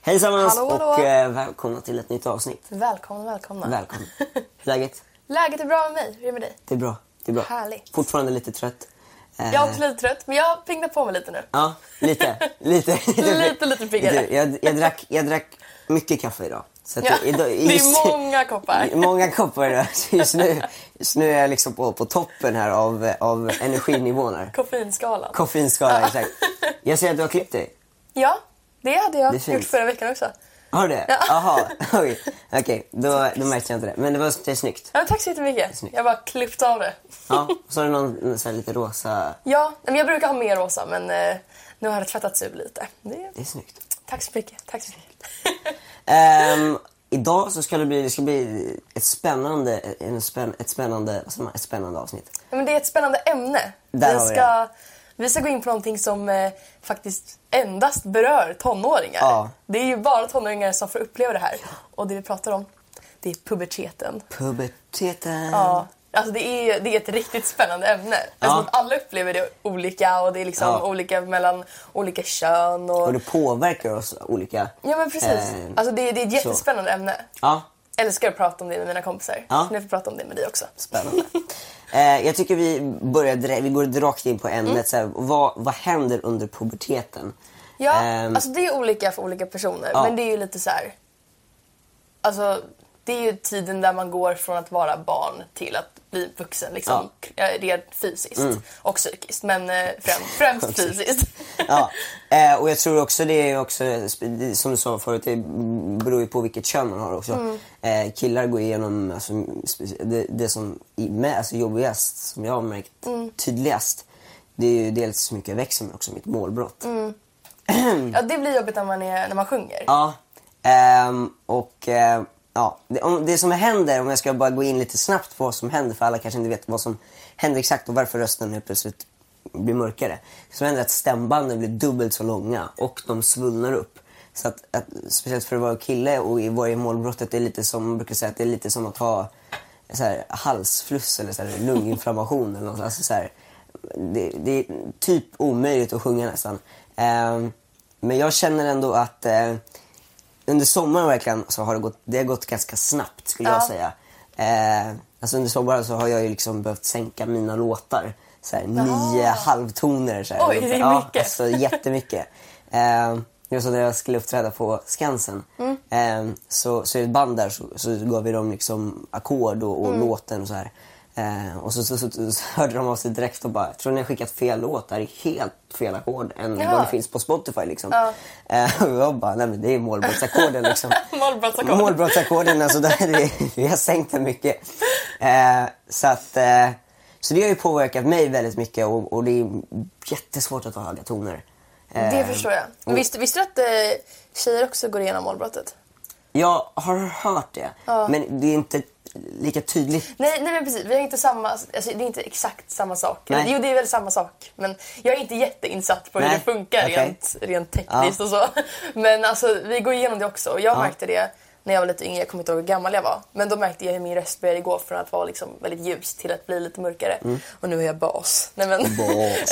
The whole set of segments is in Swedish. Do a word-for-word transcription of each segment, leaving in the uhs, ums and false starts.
Hej sammans hallå, hallå. och eh, välkomna till ett nytt avsnitt. Välkomna, välkomna. Välkomna. Läget? Läget är bra med mig. Hur är det med dig? Det är bra. Det är bra. Härligt. Fortfarande lite trött. Jag är också lite trött, men jag pingnar på mig lite nu. Ja, lite. Lite, lite, lite piggare. Jag, jag, drack, jag drack mycket kaffe idag. Så att Ja, idag, det är många koppar. Många koppar idag. Just nu, just nu är jag liksom på, på toppen här av, av energinivån här. Koffeinskalan. Koffeinskalan, Ja. exakt. Jag ser att du har klippt dig. Ja, det hade jag Det är gjort förra veckan också. Har du det? Ja. Jaha, okej. Okej, då, då märkte jag inte det. Men det var det är snyggt. Ja, tack så jättemycket. Snyggt. Jag bara klippt av det. Ja, så har du någon så här lite rosa... Ja, men jag brukar ha mer rosa, men eh, nu har det tvättats ur lite. Det... Det är snyggt. Tack så mycket. Tack så mycket. Um, idag så ska det bli, det ska bli ett spännande, en spänn, ett spännande, vad säger man, ett spännande avsnitt. Ja, men det är ett spännande ämne. Där vi, har vi ska, vi ska gå in på någonting som eh, faktiskt endast berör tonåringar. Ja. Det är ju bara tonåringar som får uppleva det här. Och det vi pratar om, det är puberteten. Puberteten. Ja, alltså det är, det är ett riktigt spännande ämne. Alltså Ja. att alla upplever det olika och det är liksom Ja. olika mellan olika kön. Och... Och det påverkar oss olika. Ja, men precis. Eh, Alltså det, det är ett jättespännande ämne. Ja, Jag älskar att prata om det med mina kompisar. Ja. Så nu får jag prata om det med dig också. spännande. eh, jag tycker vi börjar direkt, vi går rakt in på ämnet. Mm. Så här, vad, vad händer under puberteten? Ja, Ehm. alltså det är olika för olika personer. Ja. Men det är ju lite så här. Alltså, det är ju tiden där man går från att vara barn till att bli vuxen. Liksom, ja. Rent fysiskt och psykiskt. Men eh, främst, främst fysiskt. Ja, eh, och jag tror också det är också, det, som du sa förut, det beror ju på vilket kön man har också. Mm. Eh, killar går igenom alltså, det, det som är med, alltså, jobbigast, som jag har märkt Mm. tydligast. Det är ju dels mycket växer men också mitt målbrott. Mm. Ja, det blir jobbigt när man, är, när man sjunger. Ja, ehm, och eh, ja, det, om, det som händer, om jag ska bara gå in lite snabbt på vad som händer, för alla kanske inte vet vad som händer exakt och varför rösten helt plötsligt blir mörkare. Det som händer är att stämbanden blir dubbelt så långa och de svullnar upp. Så att, att speciellt för att vara kille och i varje målbrottet, det är lite som, man brukar säga att det är lite som att ha så här, halsfluss eller så här, lunginflammation eller något. Alltså, så här, det, det är typ omöjligt att sjunga nästan. Ehm, men jag känner ändå att eh, under sommaren verkligen så har det gått, det har gått ganska snabbt skulle Ja. jag säga. Eh, alltså under sommaren så har jag ju liksom behövt sänka mina låtar. Så här, nio halvtoner. Så här. Oj, det är ja, mycket. Alltså, jättemycket. Eh, det var så när jag skulle uppträda på Skansen. Mm. Eh, så, så i ett band där så, så gav vi dem liksom ackord och, och Mm. låten och så här. Eh, och så, så, så, så, så hörde de av sig direkt och bara, jag tror ni har skickat fel låt, det här är helt fel ackord än Ja. vad det finns på Spotify liksom. Ja. Eh, och jag bara, nej men det är målbrottsackorden liksom. Målbrottsackord. Målbrottsackorden, alltså där är vi, vi har sänkt det mycket. Eh, så att, eh, så det har ju påverkat mig väldigt mycket och, och det är jättesvårt att ta höga toner. Eh, Det förstår jag. Men och- visste, visste du att eh, tjejer också går igenom målbrottet? Jag har hört det, Ja. men det är inte lika tydligt. Nej, nej men precis. Vi har inte samma, alltså, det är inte exakt samma sak. Nej. Jo, det är väl samma sak. Men jag är inte jätteinsatt på hur Nej, det funkar okej. rent, rent tekniskt och så. Men alltså, vi går igenom det också. Och jag Ja. märkte det när jag var lite yngre. Jag kommer inte ihåg hur gammal jag var. Men då märkte jag hur min röst började gå från att vara liksom väldigt ljus till att bli lite mörkare. Och nu är jag bas. Nej men... Bas.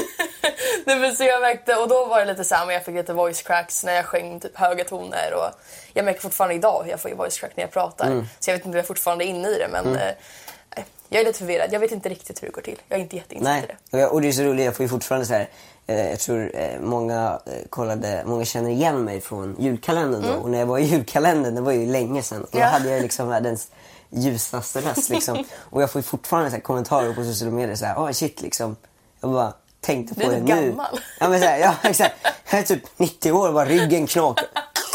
Nej, men så jag märkte, och då var det lite så här, men jag fick lite voice cracks när jag sjöng typ höga toner. Och jag märker fortfarande idag hur jag får voice crack när jag pratar. Så jag vet inte om jag är fortfarande inne i det, men eh, jag är lite förvirrad. Jag vet inte riktigt hur det går till. Jag är inte jätteinsatt i Nej, det. och jag- och det är så roligt, jag får ju fortfarande så här, eh, jag tror eh, många eh, kollade, många känner igen mig från julkalendern då. Och när jag var i julkalendern, det var ju länge sedan. Och då Ja. hade jag liksom världens ljusaste röst liksom. Och jag får ju fortfarande så här, kommentarer på sociala medier så här, åh shit liksom. Jag bara tänkte på Du är det lite nu. gammal. Ja men så här, ja exakt. Jag är typ nittio år och bara ryggen knakar.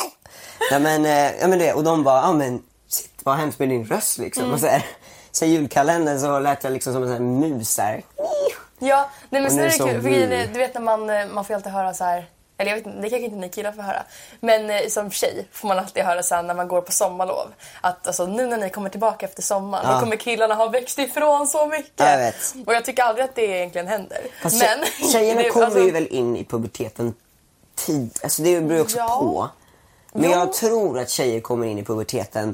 Nej men, eh, ja men det, och de bara, ja men shit vad hemskt med din röst liksom. Mm. Och så här, så i julkalendern så lät jag liksom som en sån här mus här. Ja, nej, men Och sen nu är det så kul. För vi- grejen är, du vet när man, eh, man får alltid höra så här. Eller jag vet inte, det kanske inte ni killar får höra. Men eh, som tjej får man alltid höra så här när man går på sommarlov. Att alltså, nu när ni kommer tillbaka efter sommaren, Ja. då kommer killarna ha växt ifrån så mycket. Ja, jag vet. Och jag tycker aldrig att det egentligen händer. Fast men tje- tjejerna det- kommer alltså, ju väl in i puberteten tid. Alltså det beror ju också Ja. på. Men Jo. jag tror att tjejer kommer in i puberteten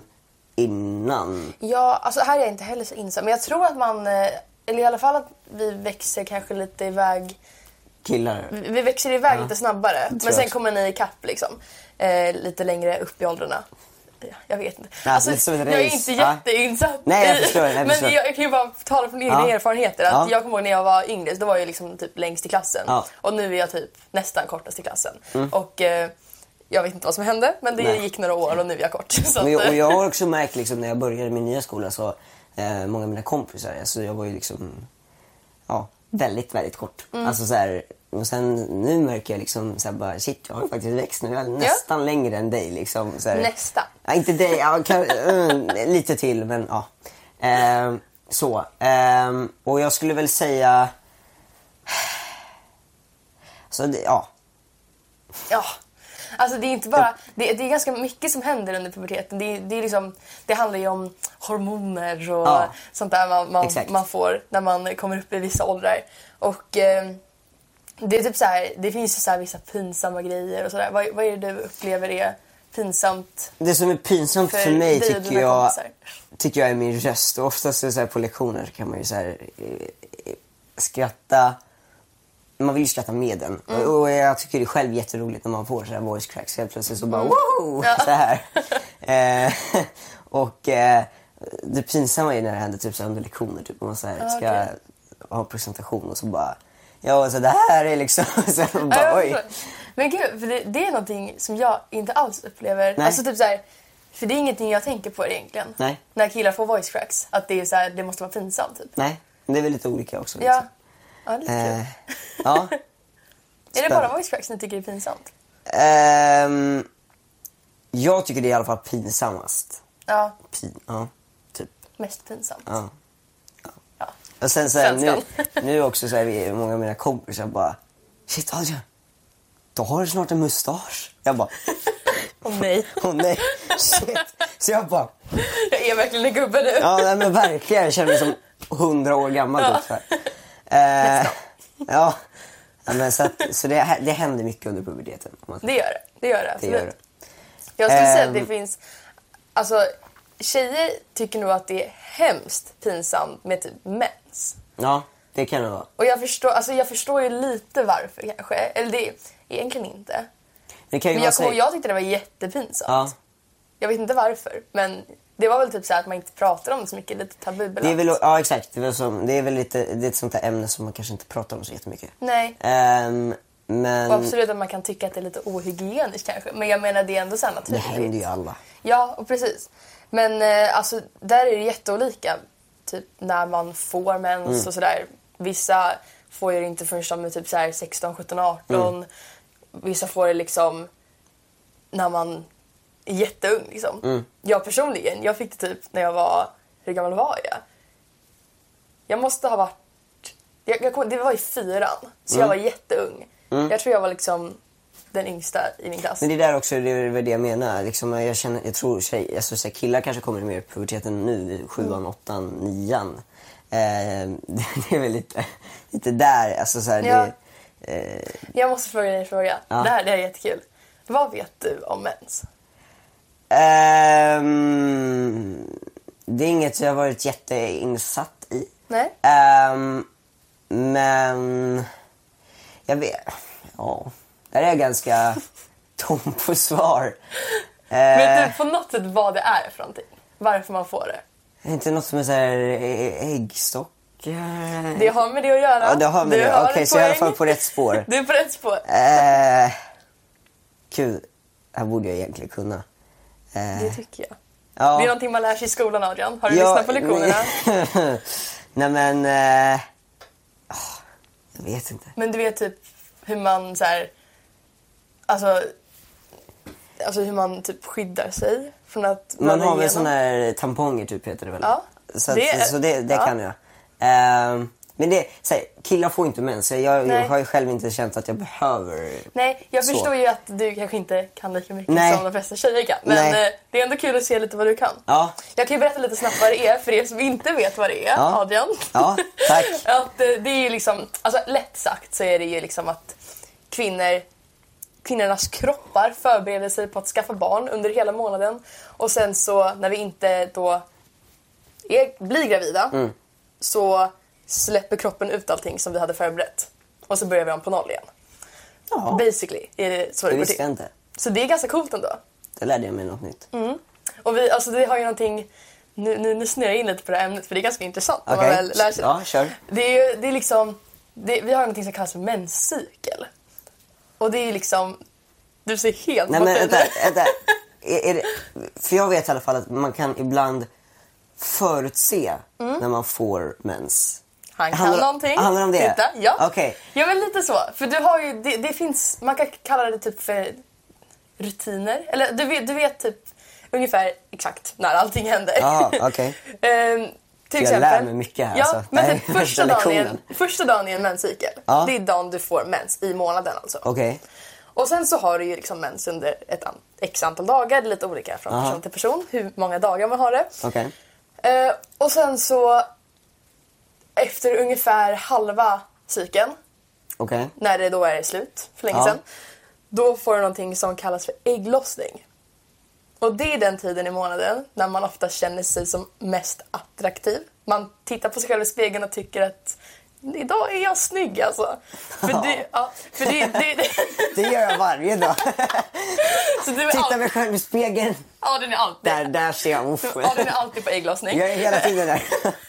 innan. Ja, alltså här är jag inte heller så insatt. Men jag tror att man, eh, eller i alla fall att vi växer kanske lite iväg killar. Vi, vi växer iväg ja. lite snabbare. Men sen jag. kommer ni ikapp liksom. Eh, lite längre upp i åldrarna. Jag vet inte. Ja, alltså, jag är inte jätteinsatt. Nej, jag förstår. Jag förstår. Men jag, jag kan ju bara tala från egna ja. erfarenheter. Att ja. Jag kommer ihåg när jag var yngre, då var jag liksom typ längst i klassen. Ja. Och nu är jag typ nästan kortast i klassen. Mm. Och eh, jag vet inte vad som hände, men det Nej. gick några år och nu är jag kort. Så men jag, och jag har också märkt liksom, när jag började min nya skola så eh, många av mina kompisar, alltså jag var ju liksom ja, väldigt, väldigt kort. Mm. Alltså så här, och sen nu märker jag liksom så här bara, shit, jag har faktiskt växt nu. Jag är nästan ja. längre än dig liksom. Så här, nästan? Ja, inte dig, ja, kan, mm, lite till, men ja. Eh, så. Eh, och jag skulle väl säga... Så det, ja. Ja. Alltså det är inte bara... Det, det är ganska mycket som händer under puberteten. Det, det, är liksom, det handlar ju om hormoner och ja. sånt där man, man, man får när man kommer upp i vissa åldrar. Och... Eh, det är typ så här, det finns ju så här vissa pinsamma grejer och sådär. Vad, vad är det du upplever är pinsamt? Det som är pinsamt för, för mig tycker jag, tycker jag är min röst. Och oftast så här på lektioner kan man ju så här eh, skratta. Man vill ju skratta med den. Mm. Och, och jag tycker det är själv jätteroligt när man får så här voice cracks. Helt plötsligt så bara mm. wow! Ja. Så här. eh, och eh, det pinsamma är när det händer typ så här under lektioner. Typ om man så här, ska okay. ha en presentation och så bara... Ja, så det här är liksom... Så bara, ja, oj. Men gud, för det, det är någonting som jag inte alls upplever. Nej. Alltså typ så här, för det är ingenting jag tänker på egentligen. Nej. När killar får voice cracks. Att det är så här, det måste vara pinsamt typ. Nej, men det är väl lite olika också. Liksom. Ja, ja lite eh, ja. Är det bara voice cracks ni tycker är pinsamt? Um, jag tycker det är i alla fall pinsammast. Ja. Pin, ja, typ. Mest pinsamt. Ja. Ja. Och sen så här, nu, nu också så är många av mina kompisar bara shit Adrian, då har du snart en mustasch. Jag bara åh oh, nej. Åh oh, nej, shit. Så jag bara jag är verkligen en gubbe nu. Ja nej, men verkligen, jag känner mig som hundra år gammal ja. Typ, eh, ja. ja men så, att, så det, det händer mycket under puberteten. Det gör det, det gör det, det, gör det. Jag skulle eh, säga att det finns alltså tjejer tycker nog att det är hemskt pinsamt med typ mens. Ja, det kan det vara. Och jag förstår, alltså jag förstår ju lite varför kanske. Eller det egentligen inte. Det kan ju men jag, säga... jag tyckte det var jättepinsamt. Ja. Jag vet inte varför, men det var väl typ så här att man inte pratar om det så mycket, lite tabubelagt. Det är väl, ja exakt, det är väl, som, det är väl lite, det är ett sånt där ämne som man kanske inte pratar om så jättemycket. Nej. Um, men... Och absolut att man kan tycka att det är lite ohygieniskt kanske. Men jag menar det är ändå så här naturligt. Det händer ju alla. Ja, och precis. Men eh, alltså där är det jätteolika. Typ när man får mens mm. och sådär. Vissa får ju det inte förrän de är typ så här sexton, sjutton, arton. Mm. Vissa får det liksom när man är jätteung liksom. Mm. Jag personligen, jag fick det typ när jag var, hur gammal var jag? Jag måste ha varit, jag, jag, det var i fyran. Så mm. jag var jätteung. Mm. Jag tror jag var liksom den yngsta i min klass. Men det där också, det är det jag menar. Liksom, jag, känner, jag tror tjej, alltså, så här, killar kanske kommer mer i puberteten nu, sjuan, mm. åttan, nian. Eh, det är väl lite, lite där. Alltså, så här, ja. det, eh... Jag måste fråga dig en fråga. Ja. Det här det är jättekul. Vad vet du om mens? Um, det är inget jag har varit jätteinsatt i. Nej. Um, men jag vet, ja, där är jag ganska tom på svar. Vet du på något sätt vad det är för någonting? Varför man får det? Det är inte något som är så här äggstock. Det har med det att göra. Ja, det har med det. Okej, okay, så jag är i alla fall på rätt spår. Du är på rätt spår. Uh, kul. Det här borde jag egentligen kunna. Uh, det tycker jag. Ja. Det är någonting man lär sig i skolan, Adrian. Har du ja, lyssnat på lektionerna? Nej, men... Uh, oh, jag vet inte. Men du vet typ hur man så här... Alltså... Alltså hur man typ skyddar sig från att... Man har väl såna här tamponger typ, heter det väl? Ja. Så det, att, så det, det ja. kan jag. Uh, men det, så här, killar får inte mens. Jag, jag har ju själv inte känt att jag behöver. Nej, jag så. förstår ju att du kanske inte kan lika mycket Nej. som de flesta tjejer kan. Men Nej. det är ändå kul att se lite vad du kan. Ja. Jag kan ju berätta lite snabbt vad det är för er som inte vet vad det är, ja. Adrian. Ja, tack. Att det är ju liksom, alltså lätt sagt så är det ju liksom att kvinnor, kvinnornas kroppar förbereder sig på att skaffa barn under hela månaden. Och sen så när vi inte då är, blir gravida mm. så släpper kroppen ut allting som vi hade förberett. Och så börjar vi om på noll igen. Ja. Basically är det så det, Det går visste till. jag inte. Så det är ganska coolt ändå. Det lärde jag mig något nytt. Mm. Och vi, alltså det har ju någonting... Nu, nu, nu snurrar jag in lite på det här ämnet för det är ganska intressant. När Okej, man väl lär sig. ja, kör. Det är ju det är liksom... Det, vi har någonting som kallas för menscykel. Och det är liksom... Du ser helt... Nej men borta ut. vänta, vänta. Är, är det, för jag vet i alla fall att man kan ibland förutse Mm. när man får mens. Han kan Handlar- någonting. handlar det om det? Titta, ja. Okej. Ja, men lite så. För du har ju... Det, det finns... Man kan kalla det typ för rutiner. Eller du vet, du vet typ ungefär exakt när allting händer. Ja, okej. Ehm, till Jag exempel, lär mig mycket här, Ja, alltså. men Det här typ är första, första dagen i en, lektionen. första dagen i en menscykel. Ja. Det är dagen du får mens i månaden alltså. Okej. Och sen så har du ju liksom mens under ett an- x antal dagar. Det är lite olika från Aha. person till person hur många dagar man har det. Okej. Eh, och sen så efter ungefär halva cykeln, Okej. när det då är slut för länge Ja. sedan, då får du någonting som kallas för ägglossning. Och det är den tiden i månaden när man ofta känner sig som mest attraktiv. Man tittar på sig själv i spegeln och tycker att idag är jag snygg alltså. För det, ja, för det, det, det. Det gör jag varje dag. Så du är Titta all... mig själv i spegeln. Ja, den är alltid. Där, där ser jag. Uff. Ja, den är alltid på ägglossning. Jag är hela tiden där.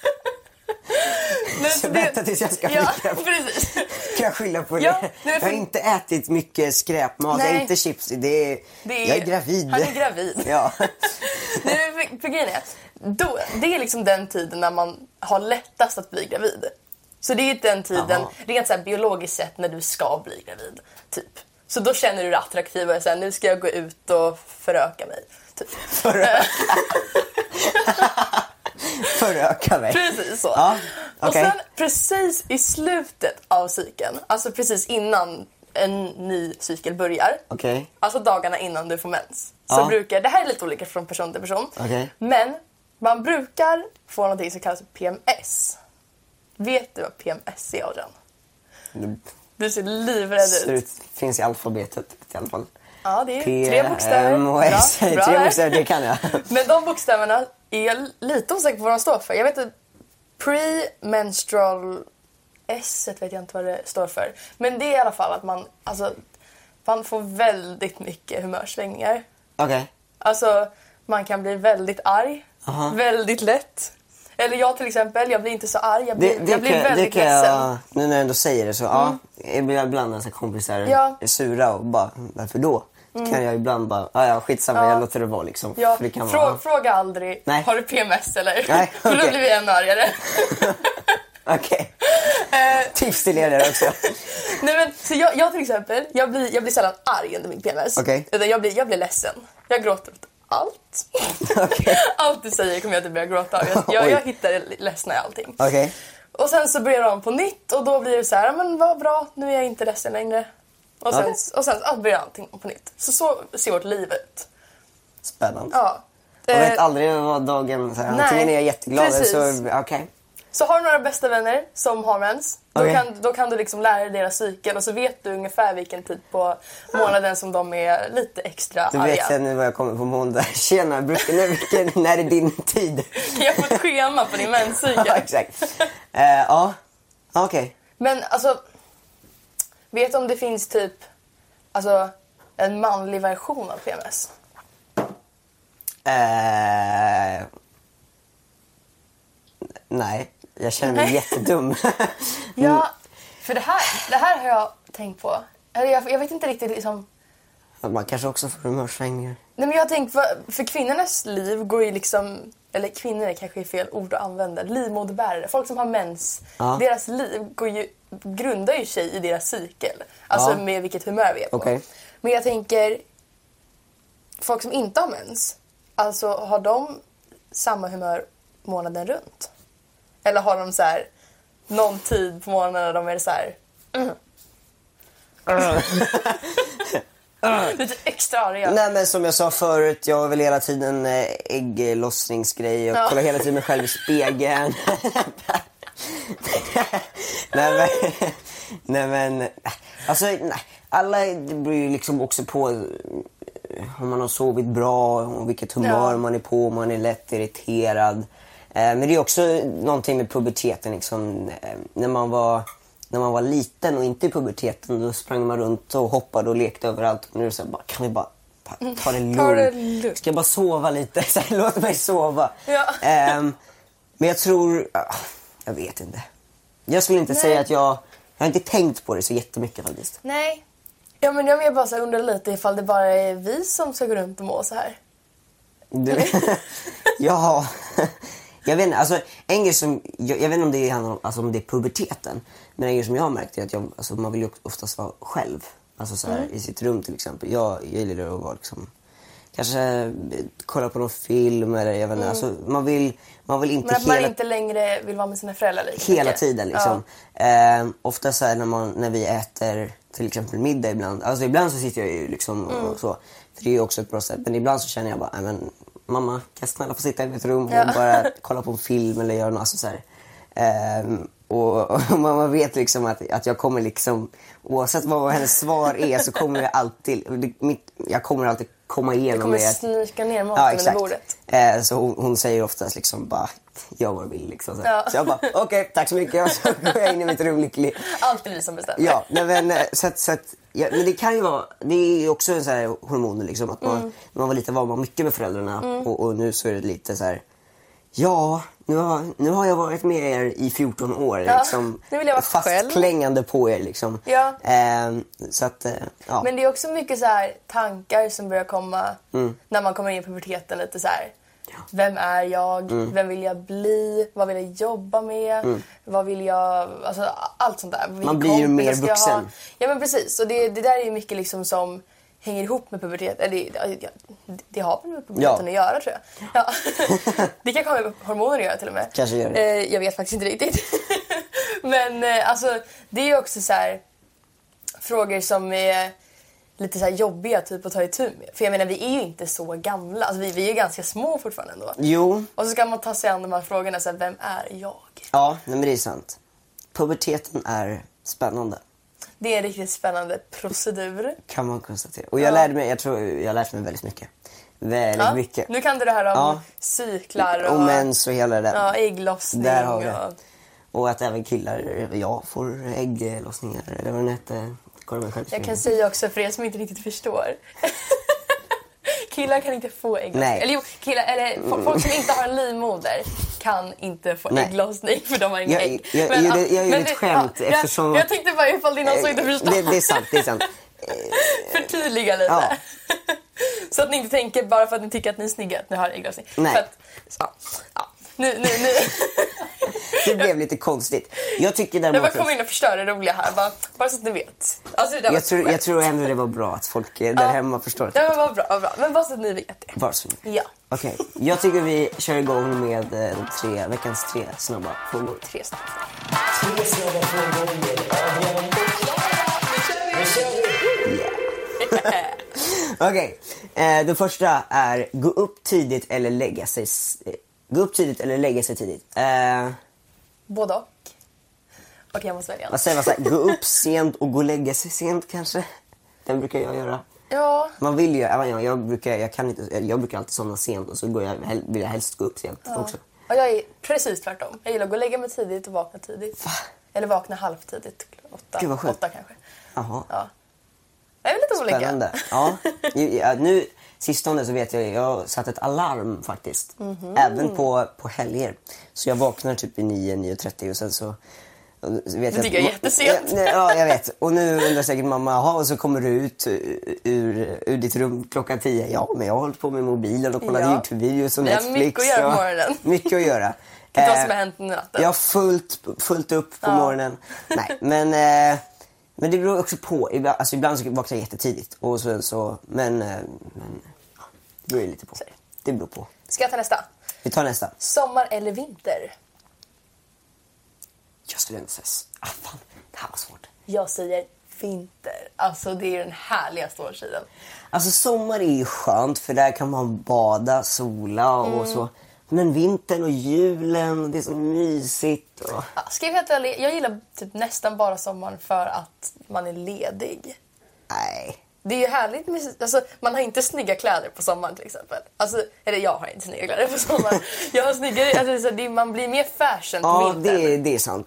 Men Så det- vänta tills jag ska Ja, flyga. precis. Kan jag skylla på det? Ja, nej, Jag för- har inte ätit mycket skräpmat. Jag Nej. är inte chips. Det är... Det är- Jag är gravid. Han är gravid. Ja. Nej, men för, för grejen är, då, det är liksom den tiden när man har lättast att bli gravid. Så det är den tiden, Aha. rent så här biologiskt sett, när du ska bli gravid. Typ. Så då känner du dig attraktivare. Så här, nu ska jag gå ut och föröka mig. Typ. Föröka. Föröka mig. Precis så. Ja, Och okej. sen precis i slutet av cykeln, alltså precis innan en ny cykel börjar, Okej. alltså dagarna innan du får mens, så Ja. brukar, det här är lite olika från person till person, Okej. men man brukar få någonting som kallas P M S. Vet du vad P M S är, Adrian? Det Du ser livrädd ser ut. ut, finns i alfabetet i alla fall. Ja, det är P, tre bokstäver. M och S. Bra, bra Tre där. bokstäver, det kan jag. Men de bokstäverna är jag lite osäker på vad de står för. Jag vet att pre-menstrual S vet jag inte vad det står för. Men det är i alla fall att man, alltså, man får väldigt mycket humörsvängningar. Okej. Alltså, man kan bli väldigt arg. Aha. Väldigt lätt. Eller jag till exempel, jag blir inte så arg. Jag blir, Det, det, jag blir kan, det väldigt kan ledsen. jag, nu när jag ändå säger det så, ja. Jag blir ibland när så här kompisar Ja. är sura och bara, varför då? Så kan jag ibland bara, ja ja skitsamma, Ja. jag låter det vara liksom. Ja, För det kan frå, vara, fråga aldrig, Nej. har du P M S eller? Nej, För då okej. blir vi ännu argare. okej. Eh, Tips till er där också. Nej, men, så jag, jag till exempel, jag blir, jag blir sällan arg under min P M S. Okej. Utan jag blir, jag blir ledsen. Jag gråter åt allt. Okej. Allt du säger kommer jag att börja gråta av. Jag, jag, Oj. jag hittar det ledsna i allting. Okej. Och sen så börjar de på nytt och då blir det så här, men vad bra, nu är jag inte ledsen längre. Och sen, Okej. och sen ja, börjar allting på nytt. Så så ser vårt liv ut. Spännande. Ja. Jag vet Eh, aldrig vad dagen, så här, nej, antingen är jag jätteglad eller precis. så, okej. Så har du några bästa vänner som har mens, då, Okej. kan, då kan du liksom lära dig deras cykel och så vet du ungefär vilken tid på månaden som de är lite extra Du arga. vet sen nu vad jag kommer på måndag. Tjena, brukar, när, vilken, när är din tid? Jag har ett schema på din menscykel. Ja, exakt. Eh, ja, okej. Men alltså, vet du om det finns typ alltså, en manlig version av P M S? Eh, nej, jag känner mig Nej. jättedum. Ja, för det här, det här har jag tänkt på. Eller Jag, jag vet inte riktigt liksom... Man kanske också får humörsvängningar. Nej, men jag har tänkt, för, för kvinnornas liv går ju liksom... Eller kvinnor är kanske är fel ord att använda. Livmoderbärare, folk som har mens. Ja. Deras liv går ju, grundar ju sig i deras cykel. Alltså Ja. med vilket humör vi är på. Okej. Men jag tänker, folk som inte har mens, alltså har de samma humör månaden runt? Eller har de så här någon tid på månaden när de är så här lite extra arga? Nej men som jag sa förut, jag har väl hela tiden eh, ägglossningsgrej. Jag Ja. kollar hela tiden mig själv i spegeln. nej men, nej men, alltså nej. Alla, det beror ju liksom också på eh, om man har sovit bra och vilket humör Ja. man är på, om man är lätt irriterad. Eh, men det är också någonting med puberteten liksom, eh, när man var när man var liten och inte i puberteten, då sprang man runt och hoppade och lekte överallt. Och nu är det så här, bara, kan vi bara ta det lugnt? Ta det lugnt. Ska jag bara sova lite? Så här, låt mig sova. Ja. Um, men jag tror... Uh, jag vet inte. Jag skulle inte Nej. säga att jag... Jag har inte tänkt på det så jättemycket faktiskt. Nej. Ja, men jag bara så här, undrar lite ifall det bara är vi som ska gå runt och må så här. Du, ja, jag vet inte, alltså en grej som, jag, jag vet inte om det handlar om, alltså, om det är puberteten, men en grej som jag har märkt är att jag, alltså, man vill ju oftast vara själv, alltså så här, mm. i sitt rum till exempel. Jag, jag gillar att vara liksom, kanske kolla på någon film eller jag vet inte, mm. alltså, man vill, man vill inte men att hela, man inte längre vill vara med sina föräldrar lika hela mycket. tiden liksom. Ja. Eh, ofta så här, när, man, när vi äter till exempel middag ibland, alltså ibland så sitter jag ju liksom mm. och så. För det är ju också ett bra sätt. Men ibland så känner jag bara, men mamma, kan jag snälla få sitta i mitt rum ja. och bara kolla på en film eller göra något alltså så här. Um, och, och man vet liksom att, att jag kommer liksom, oavsett vad hennes svar är så kommer jag alltid, det, mitt, jag kommer alltid komma igenom. Du kommer med snika ner maten ja, under bordet. Uh, så hon, hon säger oftast liksom bara, gör vad du vill liksom. Så, ja. så jag bara, okej, okay, tack så mycket. Och så går jag in i mitt rum lycklig. Alltid vi som bestämmer. Ja, men, så att, så att, ja, men det kan ju vara, det är ju också en så här hormoner liksom, att man, mm. när man var liten var man mycket med föräldrarna mm. och, och nu så är det lite så här, ja, nu har, nu har jag varit med er i fjorton år ja, liksom, nu vill jag vara fastklängande på er liksom. Ja. Eh, så att, eh, ja. Men det är också mycket så här tankar som börjar komma mm. när man kommer in i puberteten lite så här. Ja. Vem är jag? Mm. Vem vill jag bli? Vad vill jag jobba med? Mm. Vad vill jag... Alltså allt sånt där. Man blir ju mer vuxen. Ja, men precis. Och det, det där är ju mycket liksom som hänger ihop med puberteten. Det, det, det har väl med puberteten ja. att göra, tror jag. Ja. Det kan komma med hormoner att göra till och med. Kanske gör det. Jag vet faktiskt inte riktigt. Men alltså, det är ju också så här frågor som är lite så här jobbiga typ att ta itu med. För jag menar, vi är ju inte så gamla. Alltså vi, vi är ju ganska små fortfarande ändå. Jo. Och så ska man ta sig an de här frågorna. Så här, vem är jag? Ja, men det är sant. Puberteten är spännande. Det är en riktigt spännande procedur. Kan man konstatera. Och jag ja. lärde mig, jag tror jag har lärt mig väldigt mycket. Väldigt ja. mycket. Nu kan du det här om ja. cyklar och... Och mens och hela det. Ja, ägglossning. Där har vi och... och att även killar, ja, får ägglossningar. Eller vad det heter. Jag kan säga också för er som inte riktigt förstår. Killar kan inte få ägglossning. Nej. Eller jo, killar, eller folk som inte har en livmoder kan inte få Nej. ägglossning för de har inga jag, ägg. Jag, men, jag, jag, jag gjorde ett skämt ja, eftersom... Jag, jag tänkte bara ifall det är någon som inte förstår. Det, det är sant, det är sant. Förtydliga lite. Ja. Så att ni inte tänker bara för att ni tycker att ni är snygga att ni har ägglossning. Nej. För att, ja, ja. Nu, nu, nu. Det blev lite konstigt. Jag tycker däremot... Jag bara kom in och förstörde det roliga här. Bara, bara så att ni vet. Alltså, jag, tror, jag tror ändå det var bra att folk där ja. hemma förstår. Det var bra, var bra. Men bara så att ni vet det. Bara så. Ja. Okej, okay. Jag tycker vi kör igång med eh, tre, veckans tre snabba frågor. Tre snabba Tre snabba frågor med Adrian. Nu kör vi! Yeah. Okej, okay. eh, det första är gå upp tidigt eller lägga sig... Eh, gå upp tidigt eller lägga sig tidigt? Eh, Både och. Och jag måste välja. Vad säger man så här, gå upp sent och gå och lägga sig sent kanske? Den brukar jag göra. Ja. Man vill ju, jag, jag, brukar, jag, kan inte, jag brukar alltid somna sent och så går jag, vill jag helst gå upp sent ja. också. Och jag är precis tvärtom. Jag gillar att gå och lägga mig tidigt och vakna tidigt. Va? Eller vakna halvtidigt. Åtta, Gud vad skönt. åtta kanske. Jaha. Ja. Jag är lite olika. Spännande. Ja. ja, nu sistone så vet jag, jag har satt ett alarm faktiskt. Mm-hmm. Även på, på helger. Så jag vaknar typ i nio, nio trettio och sen så... så vet det tycker jag är jättesent. Ja, jag vet. Och nu undrar säkert mamma, jaha, och så kommer du ut ur, ur ditt rum klockan tio. Ja, men jag har hållit på med mobilen och kollat ja. YouTube-videos och Netflix. Jag har mycket att göra på morgonen. Mycket att göra. Kan ta vad som har hänt under natten. Jag har fullt, fullt upp på ja. morgonen. Nej, men... Eh, Men det beror också på. Ibland, alltså ibland så vaknar jag jättetidigt. Och så, så, men, men det beror lite på. Det beror på. Ska jag ta nästa? Vi tar nästa. Sommar eller vinter? Jag skulle ändå säga... Ah, fan, det här var svårt. Jag säger vinter. Alltså det är den härligaste årstiden. Alltså sommar är ju skönt för där kan man bada, sola och mm. så. Men vintern och julen, det är så mysigt. Och... Ja, ska jag, veta, jag gillar typ nästan bara sommaren för att man är ledig. Nej. Det är ju härligt med, alltså, man har inte snygga kläder på sommaren till exempel. Alltså, eller jag har inte snygga kläder på sommaren. Jag har snyggare, alltså, så det, man blir mer fashion på ja, vintern. Ja, det, det är sant.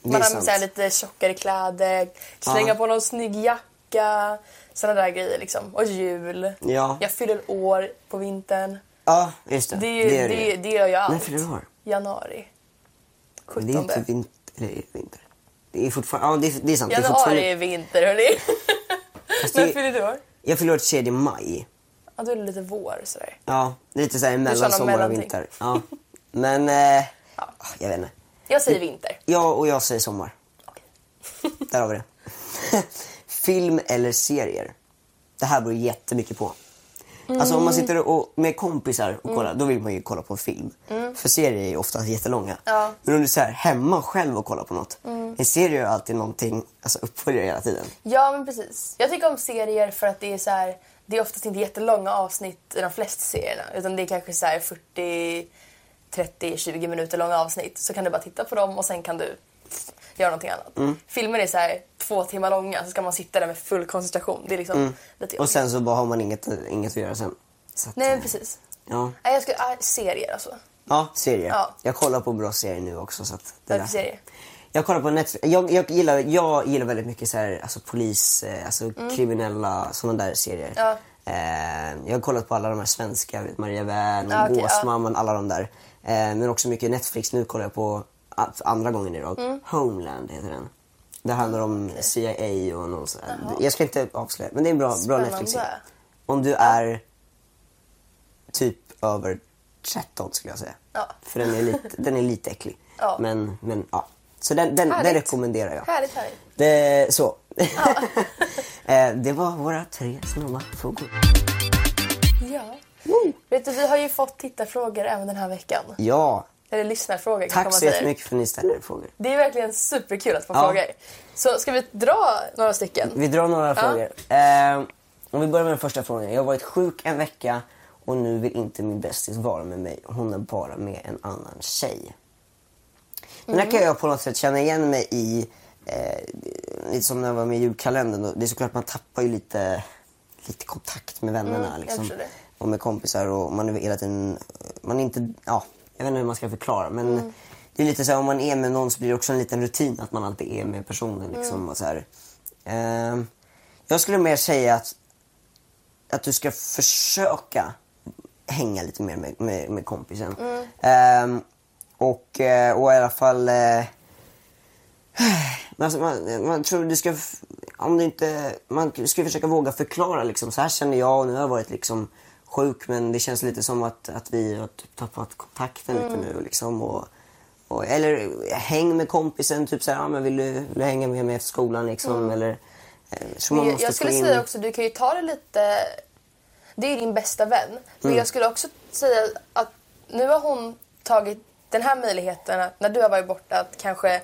Man har så här lite tjockare kläder, slänga ja. på någon snygg jacka, sådana där grejer liksom. Och jul. Ja. Jag fyller år på vintern. Ja, just det. Det, det, det, det, det gör jag allt. När fyller du år? Januari. sjuttonde. Det är inte vinter. Eller vinter. Det är fortfarande... Ja, det är, det är sant. Januari det är, fortfarande... är vinter, hörni. När fyller du år? Jag fyller år tredje maj. Ja, då är det lite vår sådär. Ja, lite såhär mellan sommar och vinter. Ja. Men, eh, ja. jag vet inte. Jag säger vinter. Ja, och jag säger sommar. Okay. Där har vi det. Film eller serier? Det här beror jättemycket på. Mm. Alltså om man sitter och, med kompisar och kollar, mm. då vill man ju kolla på film. Mm. För serier är ju ofta jättelånga. Ja. Men om du är så här, hemma själv och kollar på något. Mm. En serie är alltid någonting, alltså uppföljare hela tiden. Ja, men precis. Jag tycker om serier för att det är så här, det är oftast inte jättelånga avsnitt i de flesta serierna. Utan det är kanske så här fyrtio, trettio, tjugo minuter långa avsnitt. Så kan du bara titta på dem och sen kan du göra någonting annat. Mm. Filmer är så här två timmar långa, så ska man sitta där med full koncentration. Det är liksom mm. lite och sen så bara har man inget, inget att göra sen. Så att, nej, precis. Ja. Jag ska, äh, serier alltså. Ja, serier. Ja. Jag kollar på bra serier nu också. Så att det är serier. Jag kollar på Netflix. Jag, jag, gillar, jag gillar väldigt mycket så här, alltså polis, alltså mm. kriminella, sådana där serier. Ja. Eh, jag har kollat på alla de här svenska, Maria Wern, ja, okay, Gåsmamman, ja. alla de där. Eh, men också mycket Netflix. Nu kollar jag på andra gången idag. Mm. Homeland heter den. Det handlar om okay. C I A och något sådär. Jag ska inte avslöja, men det är en bra, bra Netflix. Om du är typ över tretton skulle jag säga. Ja. För den är lite, den är lite äcklig. Ja. Men, men ja. Så den, den, den rekommenderar jag. Härligt, härligt. Det, så. Ja. Det var våra tre snabba frågor. Ja. Mm. Vet du, vi har ju fått tittarfrågor även den här veckan. Ja. Eller lyssnarfrågor. Tack så jättemycket för att ni ställer frågor. Det är verkligen superkul att få ja. frågor. Så ska vi dra några stycken? Vi drar några ja. frågor. Eh, om vi börjar med den första frågan. Jag har varit sjuk en vecka och nu vill inte min bästis vara med mig. Hon är bara med en annan tjej. Men mm. där kan jag på något sätt känna igen mig i, eh, lite som när jag var med i julkalendern. Det är såklart man tappar ju lite, lite kontakt med vännerna. Mm, liksom, och med kompisar och man är hela tiden, man är inte, ja, jag vet inte hur man ska förklara. Men mm. det är lite så här, om man är med någon så blir det också en liten rutin att man alltid är med personen. Liksom, mm. och så här. Eh, jag skulle mer säga att, att du ska försöka hänga lite mer med, med, med kompisen. Mm. Eh, Och, och i alla fall eh, alltså man, man tror du ska om du inte man ska försöka våga förklara liksom, så här känner jag och nu har jag varit liksom sjuk men det känns lite som att, att vi har typ tappat kontakten mm. lite nu liksom, och, och, eller häng med kompisen typ så här, ja, men vill, du, vill du hänga med mig efter skolan liksom, mm. eller så man jag, måste jag skulle in... säga också, du kan ju ta det lite, det är din bästa vän, men mm. jag skulle också säga att nu har hon tagit den här möjligheten att när du har varit borta att kanske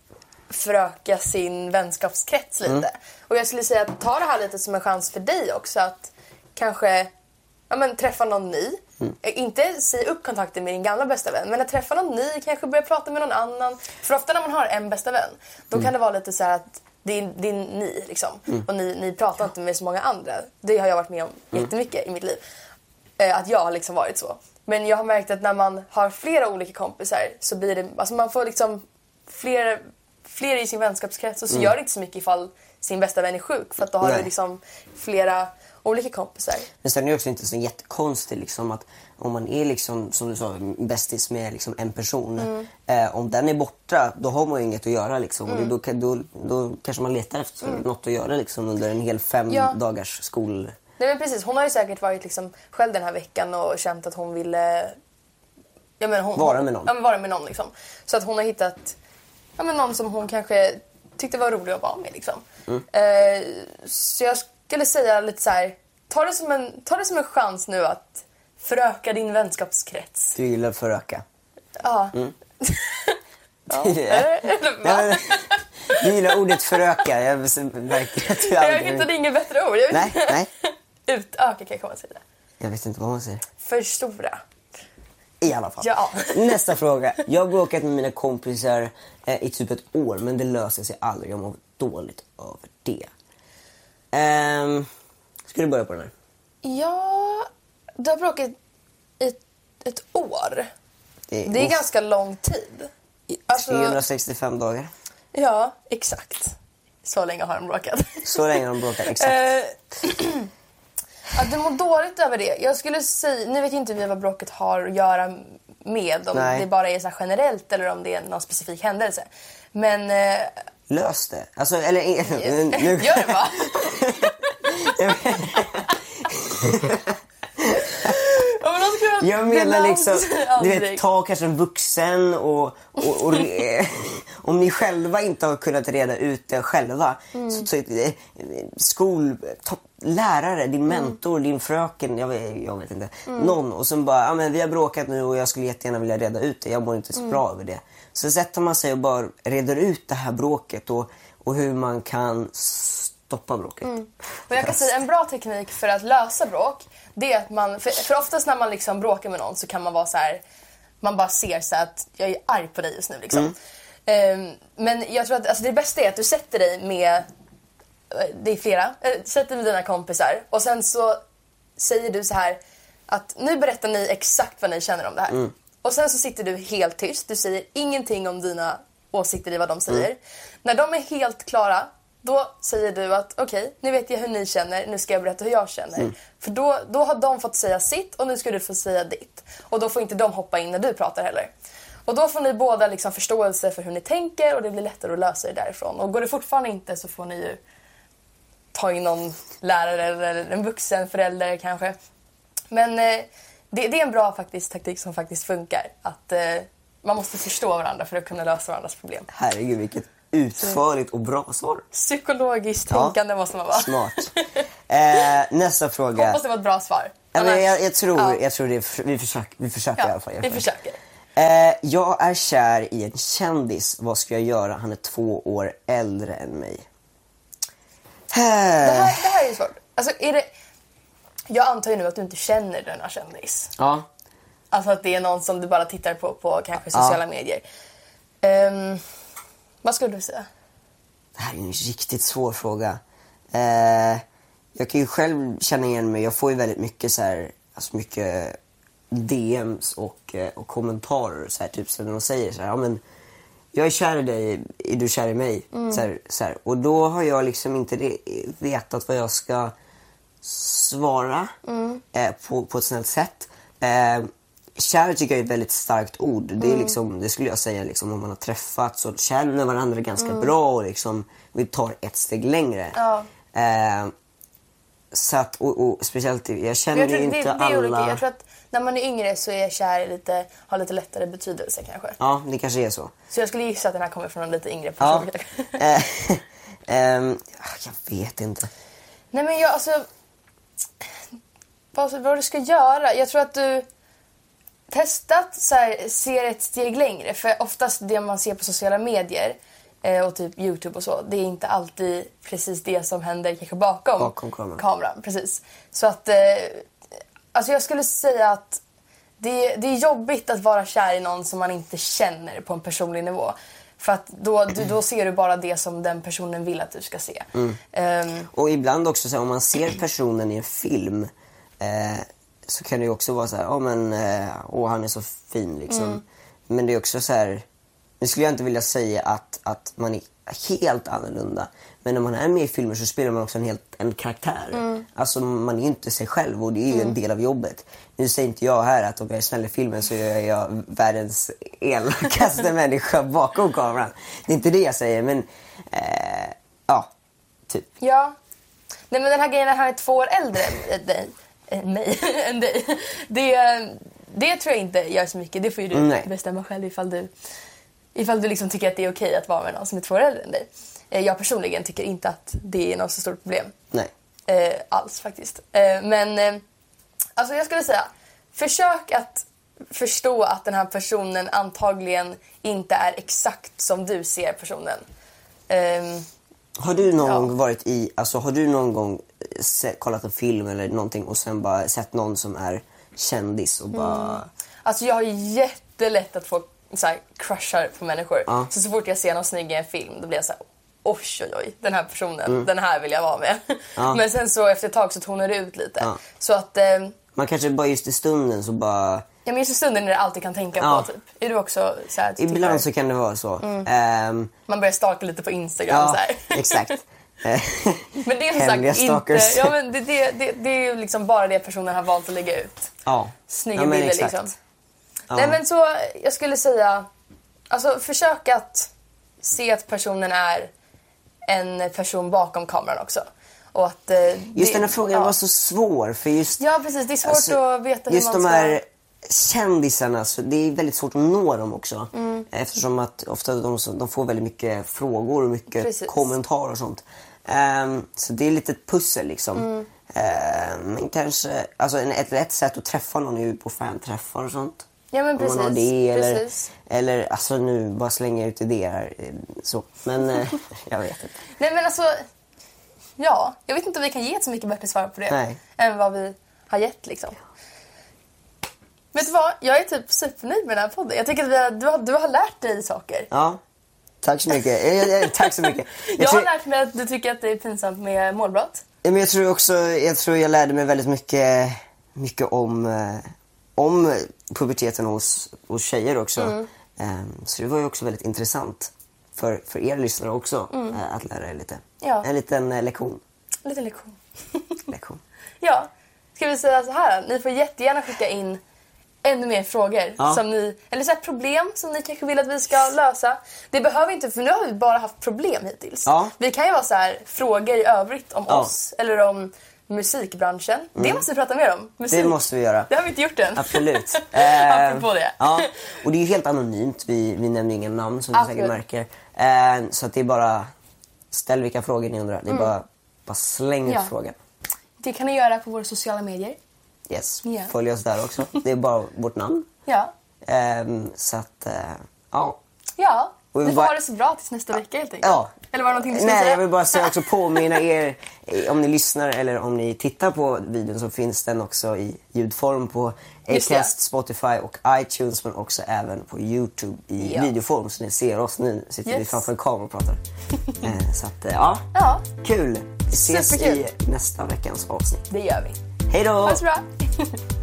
föröka sin vänskapskrets lite. Mm. Och jag skulle säga att ta det här lite som en chans för dig också att kanske ja, men, träffa någon ny. Mm. Inte säga upp kontakten med din gamla bästa vän, men att träffa någon ny, kanske börja prata med någon annan. För ofta när man har en bästa vän, då mm. kan det vara lite så här att det är, det är ni liksom. Mm. Och ni, ni pratar inte med så många andra. Det har jag varit med om mm. jättemycket i mitt liv. Att jag har liksom varit så. Men jag har märkt att när man har flera olika kompisar så blir det, alltså man får liksom fler, fler i sin vänskapskrets och så mm. gör det inte så mycket ifall sin bästa vän är sjuk för att då har du liksom flera olika kompisar. Men sen är det också inte så jättekonstigt liksom att om man är liksom, som du sa, bästis med liksom en person, mm. eh, om den är borta, då har man ju inget att göra liksom. Mm. Och då, då, då kanske man letar efter mm. något att göra liksom under en hel fem ja. dagars skol. Nej men precis, hon har ju säkert varit liksom själv den här veckan och känt att hon ville ja, men hon, vara med någon. Ja, men vara med någon liksom. Så att hon har hittat ja, men någon som hon kanske tyckte var rolig att vara med liksom. Mm. Eh, så jag skulle säga lite så här, ta det som en, ta det som en chans nu att föröka din vänskapskrets. Du gillar föröka. Ja. Mm. ja. Eller, Nej, du gillar ordet föröka. Jag, verkar, jag, jag hittade inget bättre ord. Jag nej, nej. Utöka kan man säga. Jag vet inte vad man säger. Förstora. I alla fall. Ja. Nästa fråga. Jag har bråkat med mina kompisar eh, i typ ett år, men det löser sig aldrig. Jag mår dåligt över det. Um, ska du börja på den här? Ja, du har bråkat i ett, ett år. Det är, det är ganska lång tid. Alltså, trehundrasextiofem dagar. Ja, exakt. Så länge har de bråkat. Så länge har de bråkat, exakt. Att du mår dåligt över det. Jag skulle säga, nu vet jag inte vi vad bråket har att göra med. Om Nej. det bara är så här generellt eller om det är någon specifik händelse. Men... Eh, Lös det. Alltså, eller... Nu... Gör det bara. Ja, men då ska jag Jag menar liksom, du aldrig. vet, ta kanske en vuxen och, och, och om ni själva inte har kunnat reda ut det själva, mm. så, så eh, skol, ta, lärare, din mentor, mm. din fröken, jag vet, jag vet inte, mm. någon, och sen bara, ja men vi har bråkat nu och jag skulle jättegärna vilja reda ut det, jag mår inte så mm. bra över det. Så sätter man sig och bara reder ut det här bråket och, och hur man kan stoppa bråket. Mm. Och jag kan säga en bra teknik för att lösa bråk, det är att man, för, för oftast när man liksom bråkar med någon så kan man vara så här, man bara ser så att jag är arg på dig just nu liksom. Mm. Um, men jag tror att alltså, det bästa är att du sätter dig med, det är flera, äh, sätter dig med dina kompisar och sen så säger du så här att nu berättar ni exakt vad ni känner om det här. Mm. Och sen så sitter du helt tyst, du säger ingenting om dina åsikter i vad de säger. Mm. När de är helt klara, då säger du att okej, okay, nu vet jag hur ni känner, nu ska jag berätta hur jag känner. Mm. För då, då har de fått säga sitt och nu ska du få säga ditt. Och då får inte de hoppa in när du pratar heller. Och då får ni båda liksom förståelse för hur ni tänker och det blir lättare att lösa det därifrån. Och går det fortfarande inte så får ni ju ta in någon lärare eller en vuxen förälder kanske. Men eh, det, det är en bra faktiskt taktik som faktiskt funkar. Att eh, man måste förstå varandra för att kunna lösa varandras problem. Herregud, vilket utförligt och bra svar. Psykologiskt tänkande, ja, måste man vara. Smart. Eh, nästa fråga. Hoppas det var ett bra svar. Ja, men jag, jag tror, ja. jag tror det, vi försöker, vi försöker ja, i alla fall. Vi försöker. Eh, jag är kär i en kändis. Vad ska jag göra? Han är två år äldre än mig. Det här, det här är ju svårt. Alltså, är det... Jag antar ju nu att du inte känner denna kändis. Ja. Alltså att det är någon som du bara tittar på på kanske sociala ja. medier. Um, vad skulle du säga? Det här är en riktigt svår fråga. Eh, jag kan ju själv känna igen mig. Jag får ju väldigt mycket så här, alltså mycket D M's och, och kommentarer så här, typ så när de säger så här, ja men jag är kär i dig, är du kär i mig? Mm. Så här, så här. Och då har jag liksom inte det, vetat vad jag ska svara mm. eh, på, på ett snällt sätt. Eh, kär tycker jag är ett väldigt starkt ord. Mm. Det, är liksom, det skulle jag säga liksom, om man har träffats och känner varandra ganska mm. bra och liksom, vi tar ett steg längre. Ja. Eh, så att, och, och speciellt, jag känner jag tror, ju inte det, det alla... Olika. Jag tror att när man är yngre så är kär lite, har lite lättare betydelse kanske. Ja, det kanske är så. Så jag skulle gissa att den här kommer från en lite yngre person. Ja. eh, eh, jag vet inte. Nej men jag, alltså... Vad, vad du ska göra? Jag tror att du testat så här, ser ett steg längre. För oftast det man ser på sociala medier eh, och typ YouTube och så, det är inte alltid precis det som händer kanske bakom, bakom kameran. kameran. Precis. Så att eh, alltså jag skulle säga att det, det är jobbigt att vara kär i någon som man inte känner på en personlig nivå. För att då, du, då ser du bara det som den personen vill att du ska se. Mm. Um, och ibland också så här, om man ser personen i en film eh, så kan det ju också vara så här, ja oh, men eh, åh, han är så fin liksom. Mm. Men det är också så här, nu skulle jag inte vilja säga att, att man är helt annorlunda. Men när man är med i filmer så spelar man också en helt en karaktär. Mm. Alltså man är ju inte sig själv och det är ju mm. en del av jobbet. Nu säger inte jag här att om jag är snäll i filmen så är jag världens elakaste människa bakom kameran. Det är inte det jag säger, men eh, ja, typ. Ja, nej men den här grejen att han är två år äldre än dig, än mig, än dig. Det, det tror jag inte gör så mycket. Det får ju du nej. bestämma själv ifall du, ifall du liksom tycker att det är okej att vara med någon som är två år äldre än dig. Jag personligen tycker inte att det är något så stort problem. Nej. Eh, alls faktiskt. Eh, men eh, alltså jag skulle säga, försök att förstå att den här personen antagligen inte är exakt som du ser personen. Eh, har du någon ja. gång varit i, alltså har du någon gång se, kollat en film eller någonting och sen bara sett någon som är kändis och bara... Mm. Alltså jag har jättelätt att få så här, crushar på människor. Ja. Så så fort jag ser någon snygg i en film, då blir jag så här, oj oj oj, den här personen, mm. den här vill jag vara med. Ja. Men sen så efter ett tag så tonar det ut lite. Ja. Så att... Eh, man kanske bara just i stunden så bara... Ja, men just i stunden är det allt du kan tänka Ja. på typ. Är du också så här, Ibland tittare? så kan det vara så. Mm. Ehm, Man börjar stalka lite på Instagram ja, så här. exakt. Men det är som Hemliga sagt inte... stalkers. Ja, men det, det, det, det är ju liksom bara det personen har valt att lägga ut. Ja. Snygga Ja, men bilder exakt. liksom. Ja. Nej, men så jag skulle säga... Alltså försök att se att personen är en person bakom kameran också. Och att, eh, Just det, den här frågan ja. var så svår. För just, Ja, precis. Det är svårt alltså, att veta hur just man de ska... här kändisarna, så det är väldigt svårt att nå dem också. Mm. Eftersom att ofta de, de får väldigt mycket frågor och mycket Precis. kommentarer och sånt. Ehm, så det är lite ett pussel liksom. Mm. Ehm, men kanske, alltså en, ett rätt sätt att träffa någon är ju på fanträffar och sånt. Ja, men Om man har precis. det, eller, precis. eller alltså nu bara slänga ut idéer eh, så. Men eh, jag vet inte. Nej, men alltså... Ja, jag vet inte om vi kan ge ett så mycket bättre svar på det. Nej. Än vad vi har gett liksom. Vet du vad? Jag är typ supernöjd med den här podden. Jag tycker att vi har, du, har, du har lärt dig saker. Ja, tack så mycket. Eh, eh, tack så mycket. Jag tror- har lärt mig att du tycker att det är pinsamt med målbrott. Ja, men jag tror också, jag tror jag lärde mig väldigt mycket, mycket om, eh, om puberteten hos, hos tjejer också. Mm. Ehm, så det var ju också väldigt intressant för, för er lyssnare också eh, att lära er lite. Ja. En liten eh, lektion. En liten lektion. lektion. Ja, ska vi säga så här? Ni får jättegärna skicka in ännu mer frågor. Ja. Som ni, eller så här problem som ni kanske vill att vi ska lösa. Det behöver inte, för nu har vi bara haft problem hittills. Ja. Vi kan ju vara så här frågor i övrigt om Ja. oss eller om musikbranschen. Det måste vi prata mer om. Musik. Det måste vi göra. Det har vi inte gjort än. Absolut. Ehm, Apropå det. Ja, och det är ju helt anonymt. Vi, vi nämner inga namn som ni Absolut. säkert märker. Ehm, så att det är bara, ställ vilka frågor ni undrar. Det är bara, bara släng ut Ja. frågan. Det kan ni göra på våra sociala medier. Yes, Ja. följ oss där också. Det är bara vårt namn. Ja. Ehm, så att, eh, ja. Ja, Och vi ni får bara- ha det så bra tills nästa vecka helt enkelt. Ja. Eller var det någonting du skulle Nej, säga? jag vill bara säga också påminna er, eh, om ni lyssnar eller om ni tittar på videon, så finns den också i ljudform på Just det. Acast, Spotify och iTunes, men också även på YouTube i Ja. videoform, så ni ser oss nu. Sitter vi Yes. framför en kamera och pratar. eh, så att, eh, ja, Ja, kul. Vi ses Superkul. i nästa veckans avsnitt. det gör vi. Hej då! Ha det så bra.